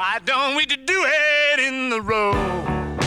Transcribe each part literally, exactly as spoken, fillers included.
Why don't we do it in the road?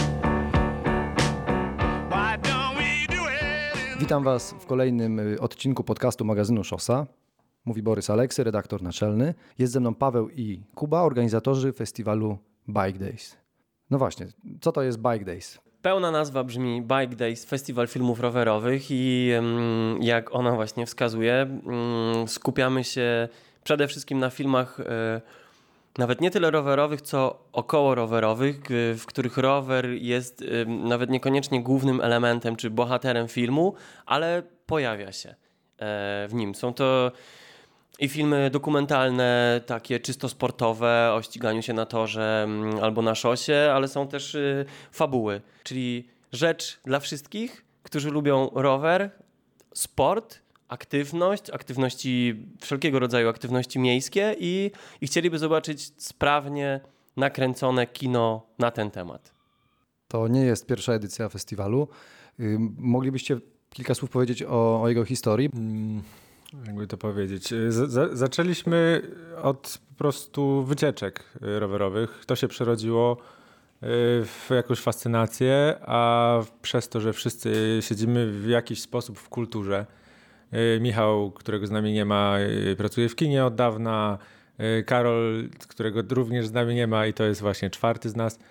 Why don't we do it in... Witam Was w kolejnym odcinku podcastu magazynu Szosa. Mówi Borys Aleksy, redaktor naczelny. Jest ze mną Paweł i Kuba, organizatorzy festiwalu Bike Days. No właśnie, co to jest Bike Days? Pełna nazwa brzmi Bike Days, Festiwal Filmów Rowerowych i jak ona właśnie wskazuje, skupiamy się przede wszystkim na filmach nawet nie tyle rowerowych, co około rowerowych, w których rower jest nawet niekoniecznie głównym elementem czy bohaterem filmu, ale pojawia się w nim. Są to i filmy dokumentalne, takie czysto sportowe, o ściganiu się na torze albo na szosie, ale są też y, fabuły, czyli rzecz dla wszystkich, którzy lubią rower, sport, aktywność, aktywności, wszelkiego rodzaju aktywności miejskie i, i chcieliby zobaczyć sprawnie nakręcone kino na ten temat. To nie jest pierwsza edycja festiwalu. Yy, moglibyście kilka słów powiedzieć o, o jego historii? Hmm. Jakby to powiedzieć. Z- zaczęliśmy od po prostu wycieczek rowerowych. To się przerodziło w jakąś fascynację, a przez to, że wszyscy siedzimy w jakiś sposób w kulturze. Michał, którego z nami nie ma, pracuje w kinie od dawna. Karol, którego również z nami nie ma i to jest właśnie czwarty z nas.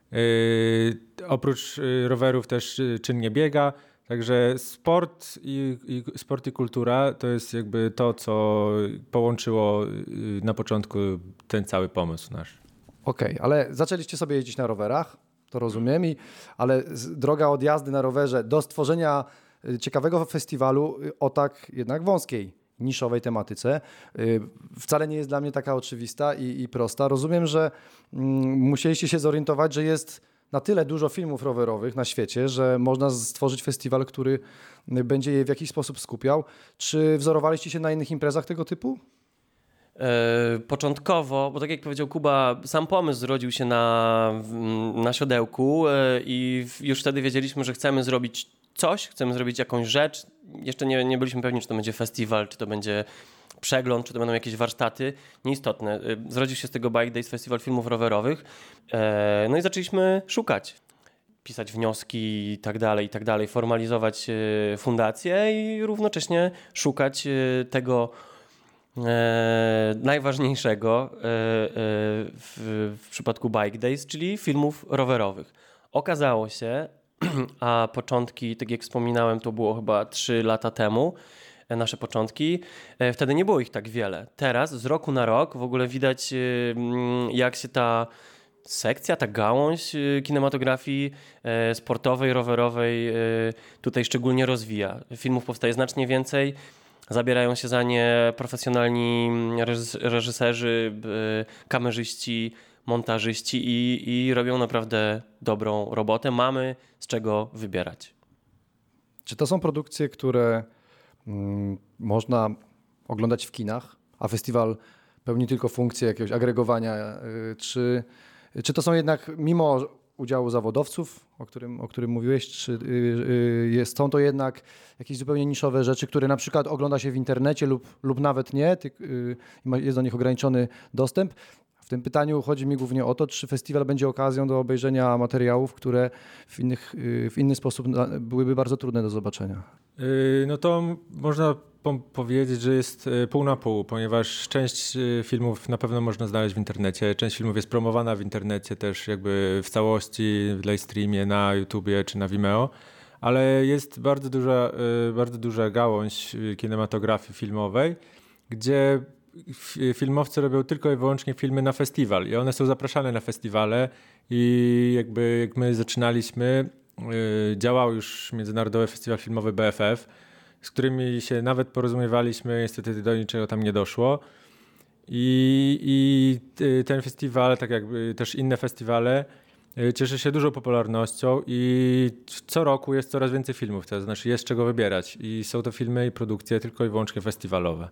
Oprócz rowerów też czynnie biega. Także sport i, i sport i kultura to jest jakby to, co połączyło na początku ten cały pomysł nasz. Okej, okay, ale zaczęliście sobie jeździć na rowerach, to rozumiem, i, ale droga od jazdy na rowerze do stworzenia ciekawego festiwalu o tak jednak wąskiej, niszowej tematyce wcale nie jest dla mnie taka oczywista i, i prosta. Rozumiem, że mm, musieliście się zorientować, że jest na tyle dużo filmów rowerowych na świecie, że można stworzyć festiwal, który będzie je w jakiś sposób skupiał. Czy wzorowaliście się na innych imprezach tego typu? E, początkowo, bo tak jak powiedział Kuba, sam pomysł zrodził się na, na siodełku e, i już wtedy wiedzieliśmy, że chcemy zrobić coś, chcemy zrobić jakąś rzecz. Jeszcze nie, nie byliśmy pewni, czy to będzie festiwal, czy to będzie przegląd, czy to będą jakieś warsztaty, nieistotne. Zrodził się z tego Bike Days Festiwal Filmów Rowerowych. No i zaczęliśmy szukać, pisać wnioski i tak dalej, i tak dalej, formalizować fundację i równocześnie szukać tego najważniejszego w, w przypadku Bike Days, czyli filmów rowerowych. Okazało się, a początki, tak jak wspominałem, to było chyba trzy lata temu, nasze początki. Wtedy nie było ich tak wiele. Teraz z roku na rok w ogóle widać, jak się ta sekcja, ta gałąź kinematografii sportowej, rowerowej tutaj szczególnie rozwija. Filmów powstaje znacznie więcej. Zabierają się za nie profesjonalni reżyserzy, kamerzyści, montażyści i, i robią naprawdę dobrą robotę. Mamy z czego wybierać. Czy to są produkcje, które mm, można oglądać w kinach, a festiwal pełni tylko funkcję jakiegoś agregowania? Yy, czy, czy to są jednak, mimo udziału zawodowców, o którym, o którym mówiłeś, czy yy, yy, są to jednak jakieś zupełnie niszowe rzeczy, które na przykład ogląda się w internecie lub, lub nawet nie, ty, yy, jest do nich ograniczony dostęp? W tym pytaniu chodzi mi głównie o to, czy festiwal będzie okazją do obejrzenia materiałów, które w, innych, w inny sposób byłyby bardzo trudne do zobaczenia. Yy, no to można po- powiedzieć, że jest pół na pół, ponieważ część filmów na pewno można znaleźć w internecie, część filmów jest promowana w internecie też jakby w całości, w live streamie, na YouTubie czy na Vimeo, ale jest bardzo duża, yy, bardzo duża gałąź kinematografii filmowej, gdzie filmowcy robią tylko i wyłącznie filmy na festiwal i one są zapraszane na festiwale i jakby jak my zaczynaliśmy, yy, działał już Międzynarodowy Festiwal Filmowy B F F, z którymi się nawet porozumiewaliśmy, niestety do niczego tam nie doszło i, i ten festiwal, tak jak też inne festiwale, cieszy się dużą popularnością i co roku jest coraz więcej filmów, to znaczy jest czego wybierać i są to filmy i produkcje tylko i wyłącznie festiwalowe.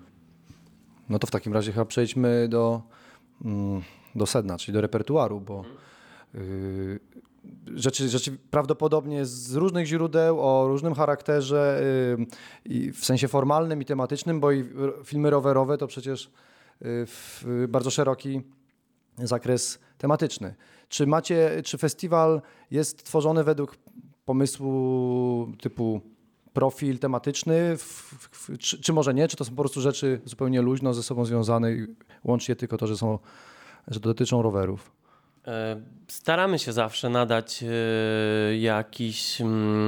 No to w takim razie chyba przejdźmy do, do sedna, czyli do repertuaru, bo yy, rzeczy, rzeczy prawdopodobnie z różnych źródeł, o różnym charakterze yy, i w sensie formalnym i tematycznym, bo i filmy rowerowe to przecież yy, w, bardzo szeroki zakres tematyczny. Czy macie, czy festiwal jest tworzony według pomysłu typu profil tematyczny, w, w, czy, czy może nie? Czy to są po prostu rzeczy zupełnie luźno ze sobą związane i łącznie tylko to, że są, że dotyczą rowerów? Staramy się zawsze nadać jakiś,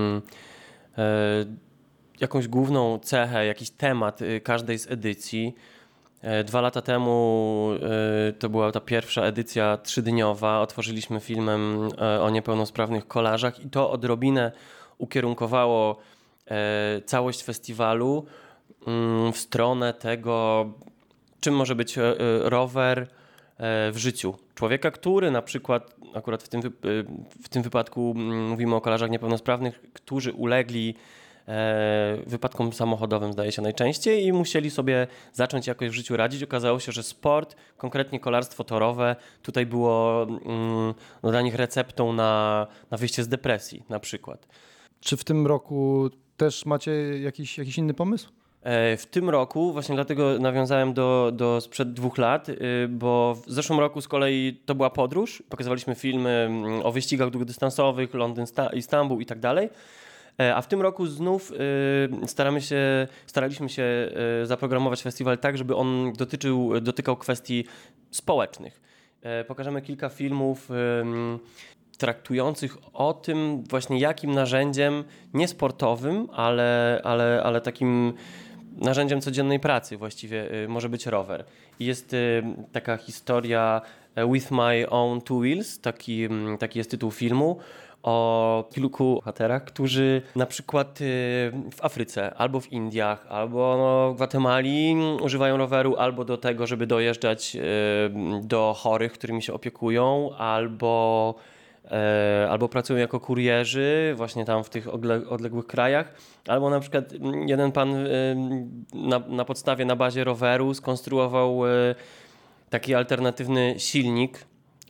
jakąś główną cechę, jakiś temat każdej z edycji. Dwa lata temu to była ta pierwsza edycja trzydniowa. Otworzyliśmy filmem o niepełnosprawnych kolarzach i to odrobinę ukierunkowało całość festiwalu w stronę tego, czym może być rower w życiu człowieka, który na przykład, akurat w tym, w tym wypadku mówimy o kolarzach niepełnosprawnych, którzy ulegli wypadkom samochodowym, zdaje się, najczęściej i musieli sobie zacząć jakoś w życiu radzić. Okazało się, że sport, konkretnie kolarstwo torowe, tutaj było no, dla nich receptą na, na wyjście z depresji na przykład. Czy w tym roku też macie jakiś, jakiś inny pomysł? W tym roku, właśnie dlatego nawiązałem do, do sprzed dwóch lat, bo w zeszłym roku z kolei to była podróż. Pokazywaliśmy filmy o wyścigach długodystansowych, Londyn, Istanbul i tak dalej. A w tym roku znów staramy się, staraliśmy się zaprogramować festiwal tak, żeby on dotyczył, dotykał kwestii społecznych. Pokażemy kilka filmów traktujących o tym właśnie jakim narzędziem, nie sportowym, ale, ale, ale takim narzędziem codziennej pracy właściwie może być rower. I jest taka historia With My Own Two Wheels, taki, taki jest tytuł filmu, o kilku bohaterach, którzy na przykład w Afryce, albo w Indiach, albo w Gwatemali używają roweru albo do tego, żeby dojeżdżać do chorych, którymi się opiekują, albo albo pracują jako kurierzy właśnie tam w tych odległych krajach, albo na przykład jeden pan na, na podstawie, na bazie roweru skonstruował taki alternatywny silnik,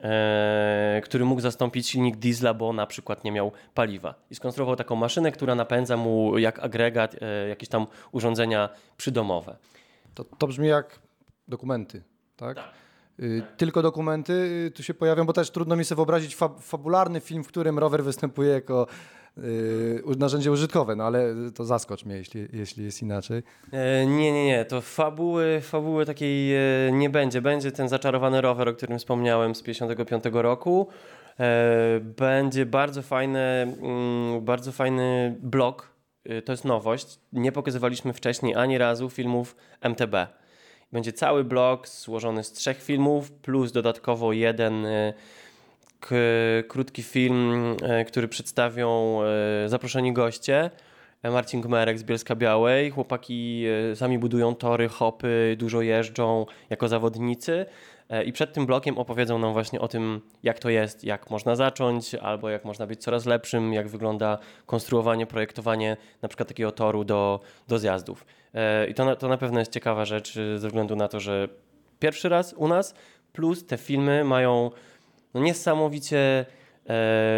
który mógł zastąpić silnik diesla, bo na przykład nie miał paliwa. I skonstruował taką maszynę, która napędza mu jak agregat jakieś tam urządzenia przydomowe. To, to brzmi jak dokumenty, tak? Tak. Tylko dokumenty tu się pojawią, bo też trudno mi sobie wyobrazić fab- fabularny film, w którym rower występuje jako yy, narzędzie użytkowe, no ale to zaskocz mnie, jeśli, jeśli jest inaczej. E, nie, nie, nie, to fabuły, fabuły takiej e, nie będzie. Będzie ten zaczarowany rower, o którym wspomniałem z pięćdziesiątego piątego roku. E, będzie bardzo fajny, mm, bardzo fajny blog, e, to jest nowość. Nie pokazywaliśmy wcześniej ani razu filmów M T B. Będzie cały blog złożony z trzech filmów, plus dodatkowo jeden k- krótki film, który przedstawią zaproszeni goście. Marcin Gmerek z Bielska-Białej. Chłopaki sami budują tory, hopy, dużo jeżdżą jako zawodnicy. I przed tym blokiem opowiedzą nam właśnie o tym, jak to jest, jak można zacząć, albo jak można być coraz lepszym, jak wygląda konstruowanie, projektowanie na przykład takiego toru do, do zjazdów. I to na, to na pewno jest ciekawa rzecz ze względu na to, że pierwszy raz u nas, plus te filmy mają no niesamowicie e,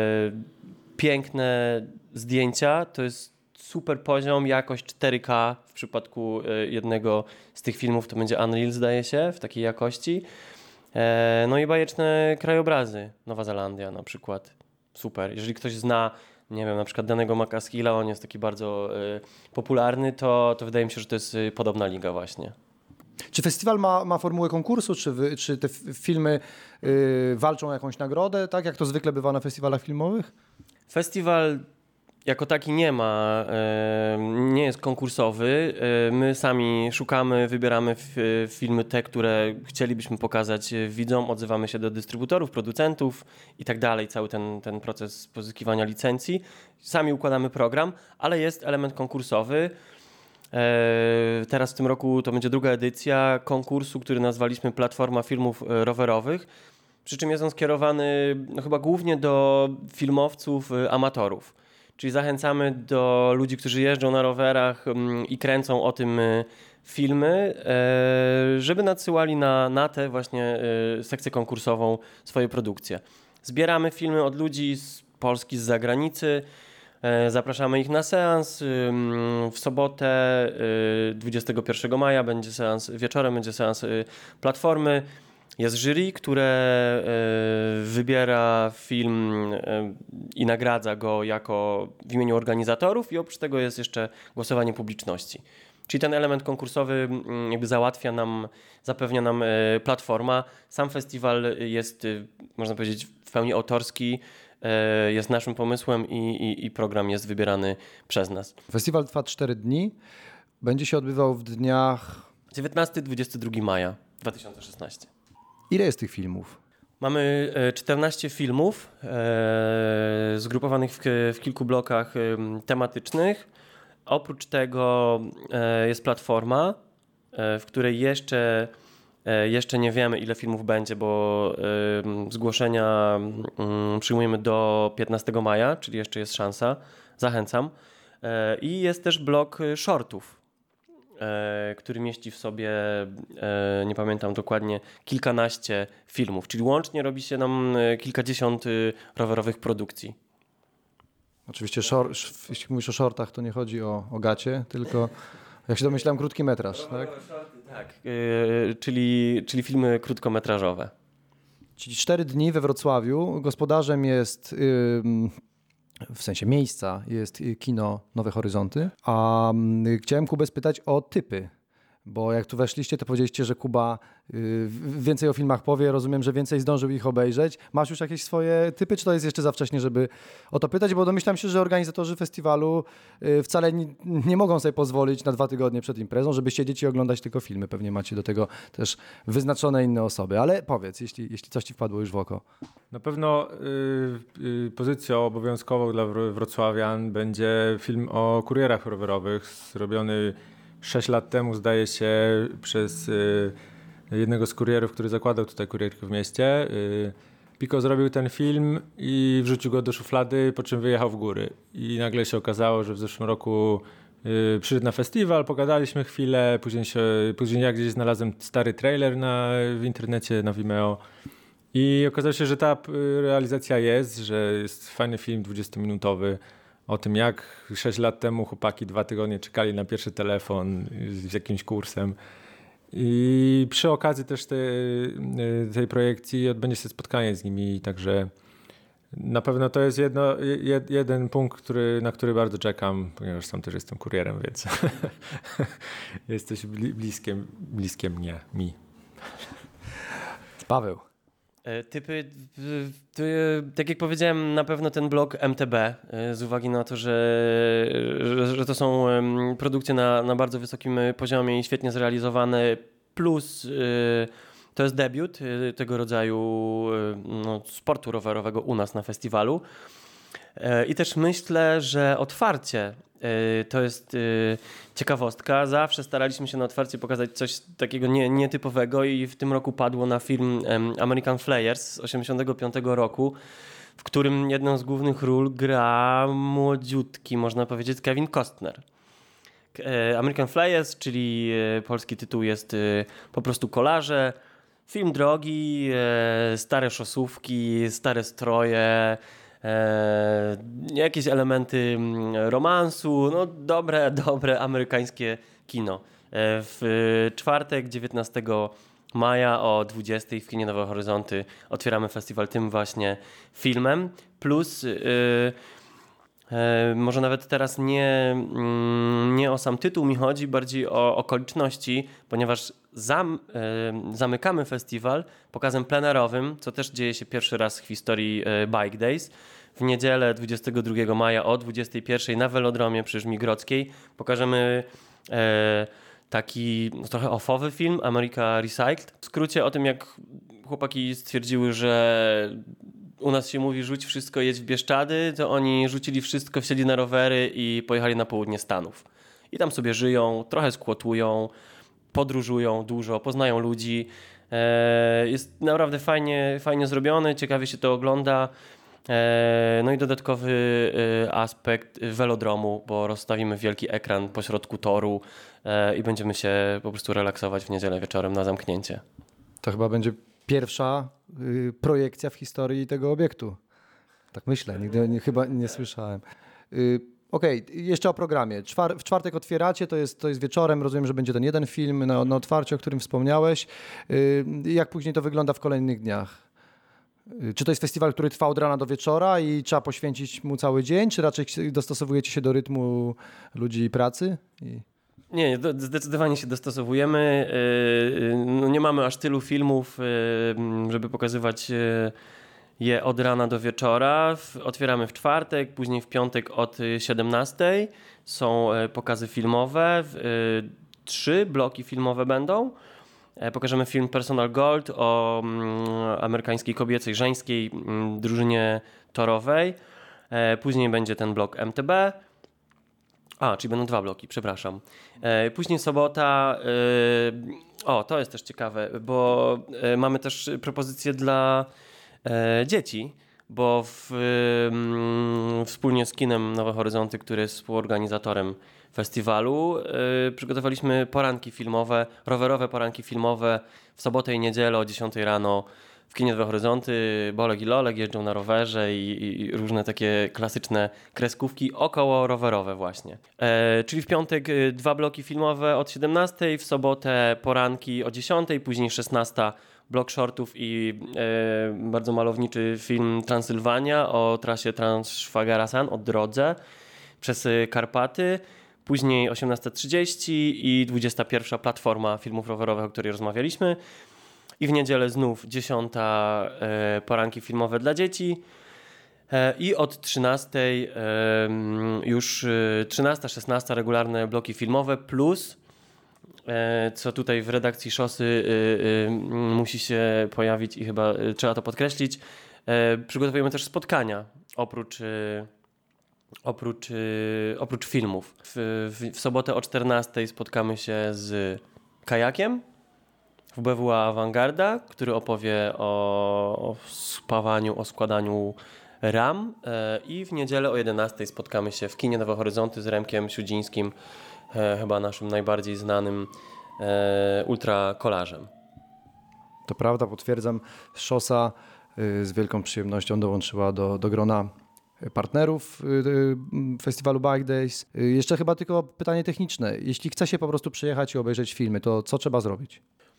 piękne zdjęcia. To jest super poziom, jakość cztery K. W przypadku jednego z tych filmów to będzie Unreal, zdaje się, w takiej jakości. E, no i bajeczne krajobrazy. Nowa Zelandia na przykład. Super. Jeżeli ktoś zna, nie wiem, na przykład danego McCaskilla, on jest taki bardzo y, popularny, to, to wydaje mi się, że to jest y, podobna liga właśnie. Czy festiwal ma, ma formułę konkursu, czy, wy, czy te f- filmy y, walczą o jakąś nagrodę, tak jak to zwykle bywa na festiwalach filmowych? Festiwal jako taki nie ma, y, nie jest konkursowy. Y, my sami szukamy, wybieramy f- filmy te, które chcielibyśmy pokazać widzom, odzywamy się do dystrybutorów, producentów i tak dalej, cały ten, ten proces pozyskiwania licencji. Sami układamy program, ale jest element konkursowy. Teraz w tym roku to będzie druga edycja konkursu, który nazwaliśmy Platforma Filmów Rowerowych, przy czym jest on skierowany no, chyba głównie do filmowców amatorów. Czyli zachęcamy do ludzi, którzy jeżdżą na rowerach i kręcą o tym filmy, żeby nadsyłali na, na tę właśnie sekcję konkursową swoje produkcje. Zbieramy filmy od ludzi z Polski, z zagranicy. Zapraszamy ich na seans. W sobotę dwudziestego pierwszego maja będzie seans wieczorem, będzie seans Platformy. Jest jury, które wybiera film i nagradza go jako w imieniu organizatorów i oprócz tego jest jeszcze głosowanie publiczności. Czyli ten element konkursowy jakby załatwia nam, zapewnia nam platforma. Sam festiwal jest, można powiedzieć, w pełni autorski, jest naszym pomysłem i, i, i program jest wybierany przez nas. Festiwal trwa cztery dni. Będzie się odbywał w dniach... dziewiętnastego do dwudziestego drugiego maja dwa tysiące szesnastego. Ile jest tych filmów? Mamy czternaście filmów e, zgrupowanych w, w kilku blokach e, tematycznych. Oprócz tego e, jest platforma, e, w której jeszcze, e, jeszcze nie wiemy, ile filmów będzie, bo e, zgłoszenia e, przyjmujemy do piętnastego maja, czyli jeszcze jest szansa. Zachęcam. E, I jest też blok shortów, e, który mieści w sobie, e, nie pamiętam dokładnie, kilkanaście filmów. Czyli łącznie robi się nam kilkadziesiąt rowerowych produkcji. Oczywiście, short, jeśli mówisz o shortach, to nie chodzi o, o gacie, tylko, jak się domyślałem, krótki metraż, tak? Tak, yy, czyli, czyli filmy krótkometrażowe. Czyli cztery dni we Wrocławiu. Gospodarzem jest, yy, w sensie miejsca, jest kino Nowe Horyzonty. A yy, chciałem Kubę spytać o typy. Bo jak tu weszliście, to powiedzieliście, że Kuba y, więcej o filmach powie. Rozumiem, że więcej zdążył ich obejrzeć. Masz już jakieś swoje typy, czy to jest jeszcze za wcześnie, żeby o to pytać? Bo domyślam się, że organizatorzy festiwalu y, wcale nie, nie mogą sobie pozwolić na dwa tygodnie przed imprezą, żeby siedzieć i oglądać tylko filmy. Pewnie macie do tego też wyznaczone inne osoby. Ale powiedz, jeśli, jeśli coś ci wpadło już w oko. Na pewno y, y, pozycją obowiązkową dla wrocławian będzie film o kurierach rowerowych, zrobiony sześć lat temu, zdaje się, przez y, jednego z kurierów, który zakładał tutaj kurierkę w mieście. Y, Piko zrobił ten film i wrzucił go do szuflady, po czym wyjechał w góry. I nagle się okazało, że w zeszłym roku y, przyszedł na festiwal, pogadaliśmy chwilę, później, się, później ja gdzieś znalazłem stary trailer na, w internecie na Vimeo. I okazało się, że ta realizacja jest, że jest fajny film dwudziestominutowy, o tym, jak sześć lat temu chłopaki dwa tygodnie czekali na pierwszy telefon z jakimś kursem. I przy okazji też te, tej projekcji odbędzie się spotkanie z nimi, także na pewno to jest jedno, jed, jeden punkt, który, na który bardzo czekam, ponieważ sam też jestem kurierem, więc jesteś bliskie, bliskie mnie, mi. Paweł. Typy, tak jak powiedziałem, na pewno ten blok M T B, z uwagi na to, że, że, że to są produkcje na, na bardzo wysokim poziomie i świetnie zrealizowane, plus to jest debiut tego rodzaju no, sportu rowerowego u nas na festiwalu. I też myślę, że otwarcie to jest ciekawostka. Zawsze staraliśmy się na otwarcie pokazać coś takiego nie, nietypowego i w tym roku padło na film American Flyers z osiemdziesiątego piątego roku, w którym jedną z głównych ról gra młodziutki, można powiedzieć, Kevin Costner. American Flyers, czyli polski tytuł jest po prostu Kolarze. Film drogi, stare szosówki, stare stroje, E, jakieś elementy romansu, no dobre, dobre amerykańskie kino. E, w czwartek, dziewiętnastego maja o dwudziestej w kinie Nowe Horyzonty otwieramy festiwal tym właśnie filmem. Plus e, e, może nawet teraz nie, nie o sam tytuł mi chodzi, bardziej o okoliczności, ponieważ zam, e, zamykamy festiwal pokazem plenerowym, co też dzieje się pierwszy raz w historii e, Bike Days. W niedzielę dwudziestego drugiego maja o dwudziestej pierwszej na Velodromie przy Żmii Grodzkiej pokażemy e, taki no, trochę offowy film America Recycled. W skrócie o tym, jak chłopaki stwierdziły, że u nas się mówi rzuć wszystko, jedź w Bieszczady, to oni rzucili wszystko, wsiedli na rowery i pojechali na południe Stanów. I tam sobie żyją, trochę skłotują, podróżują dużo, poznają ludzi. E, jest naprawdę fajnie, fajnie zrobiony, ciekawie się to ogląda. No i dodatkowy aspekt velodromu, bo rozstawimy wielki ekran pośrodku toru i będziemy się po prostu relaksować w niedzielę wieczorem na zamknięcie. To chyba będzie pierwsza y, projekcja w historii tego obiektu. Tak myślę, nigdy nie, chyba nie słyszałem. Y, Okej, jeszcze o programie. Czwar- w czwartek otwieracie, to jest, to jest wieczorem, rozumiem, że będzie ten jeden film na, na otwarciu, o którym wspomniałeś. Yy, jak później to wygląda w kolejnych dniach? Yy, czy to jest festiwal, który trwa od rana do wieczora i trzeba poświęcić mu cały dzień, czy raczej dostosowujecie się do rytmu ludzi i pracy? I... Nie, nie, zdecydowanie się dostosowujemy. No nie mamy aż tylu filmów, żeby pokazywać je od rana do wieczora. Otwieramy w czwartek, później w piątek od siedemnastej. Są pokazy filmowe. Trzy bloki filmowe będą. Pokażemy film Personal Gold o amerykańskiej kobiecej, żeńskiej drużynie torowej. Później będzie ten blok M T B. A, czyli będą dwa bloki, przepraszam. E, później sobota. E, o, to jest też ciekawe, bo e, mamy też propozycje dla e, dzieci, bo w, e, wspólnie z Kinem Nowe Horyzonty, który jest współorganizatorem festiwalu, e, przygotowaliśmy poranki filmowe, rowerowe poranki filmowe w sobotę i niedzielę o dziesiątej rano. W Kinie Nowe Horyzonty Bolek i Lolek jeżdżą na rowerze i, i różne takie klasyczne kreskówki około rowerowe właśnie. E, czyli w piątek y, dwa bloki filmowe od siedemnastej, w sobotę poranki o dziesiątej, później szesnasta blok shortów i e, bardzo malowniczy film Transylwania o trasie Trans-Szwagara-San, o drodze przez Karpaty. Później osiemnasta trzydzieści i dwudziesta pierwsza platforma filmów rowerowych, o której rozmawialiśmy. I w niedzielę znów dziesiąta e, poranki filmowe dla dzieci e, i od trzynastej e, już e, trzynasta, szesnasta regularne bloki filmowe plus e, co tutaj w redakcji Szosy e, e, musi się pojawić i chyba e, trzeba to podkreślić. E, przygotowujemy też spotkania oprócz e, oprócz, e, oprócz filmów. W, w, w sobotę o czternastej spotkamy się z kajakiem w B W A Awangarda, który opowie o, o spawaniu, o składaniu ram e, i w niedzielę o jedenastej spotkamy się w Kinie Nowe Horyzonty z Remkiem Siudzińskim, e, chyba naszym najbardziej znanym e, ultrakolarzem. To prawda, potwierdzam. Szosa y, z wielką przyjemnością dołączyła do, do grona partnerów y, y, festiwalu Bike Days. Y, jeszcze chyba tylko pytanie techniczne. Jeśli chce się po prostu przyjechać i obejrzeć filmy, to co trzeba zrobić?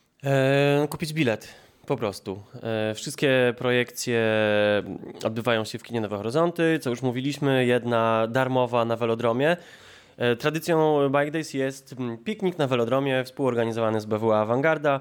E, kupić bilet, po prostu. E, wszystkie projekcje odbywają się w Kinie Nowe Horyzonty, co już mówiliśmy, jedna darmowa na Velodromie. E, tradycją Bike Days jest piknik na Velodromie współorganizowany z B W A Awangarda. E,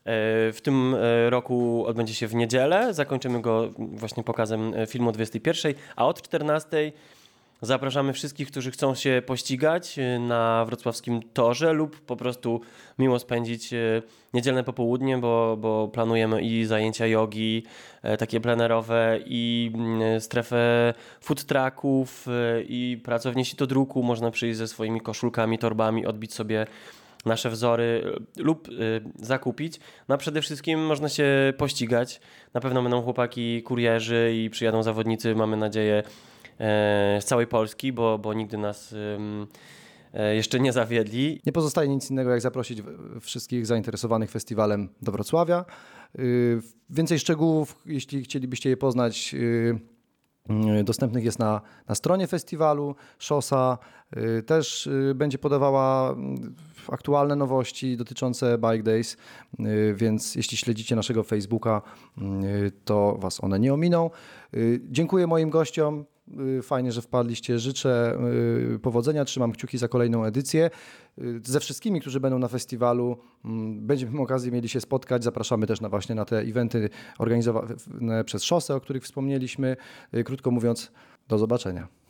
w tym roku odbędzie się w niedzielę, zakończymy go właśnie pokazem filmu o dwudziestej pierwszej, a od czternastej zapraszamy wszystkich, którzy chcą się pościgać na wrocławskim torze lub po prostu miło spędzić niedzielne popołudnie, bo, bo planujemy i zajęcia jogi, takie plenerowe, i strefę food trucków, i pracownię sitodruku. Można przyjść ze swoimi koszulkami, torbami, odbić sobie nasze wzory lub y, zakupić. No a przede wszystkim można się pościgać. Na pewno będą chłopaki kurierzy i przyjadą zawodnicy, mamy nadzieję, z całej Polski, bo, bo nigdy nas um, jeszcze nie zawiedli. Nie pozostaje nic innego, jak zaprosić wszystkich zainteresowanych festiwalem do Wrocławia. Yy, więcej szczegółów, jeśli chcielibyście je poznać, yy, yy, dostępnych jest na, na stronie festiwalu. Szosa yy, też yy, będzie podawała yy, aktualne nowości dotyczące Bike Days, yy, więc jeśli śledzicie naszego Facebooka, yy, to Was one nie ominą. Yy, dziękuję moim gościom. Fajnie, że wpadliście. Życzę powodzenia, trzymam kciuki za kolejną edycję. Ze wszystkimi, którzy będą na festiwalu, będziemy okazję mieli się spotkać. Zapraszamy też na właśnie na te eventy organizowane przez Szosę, o których wspomnieliśmy. Krótko mówiąc, do zobaczenia.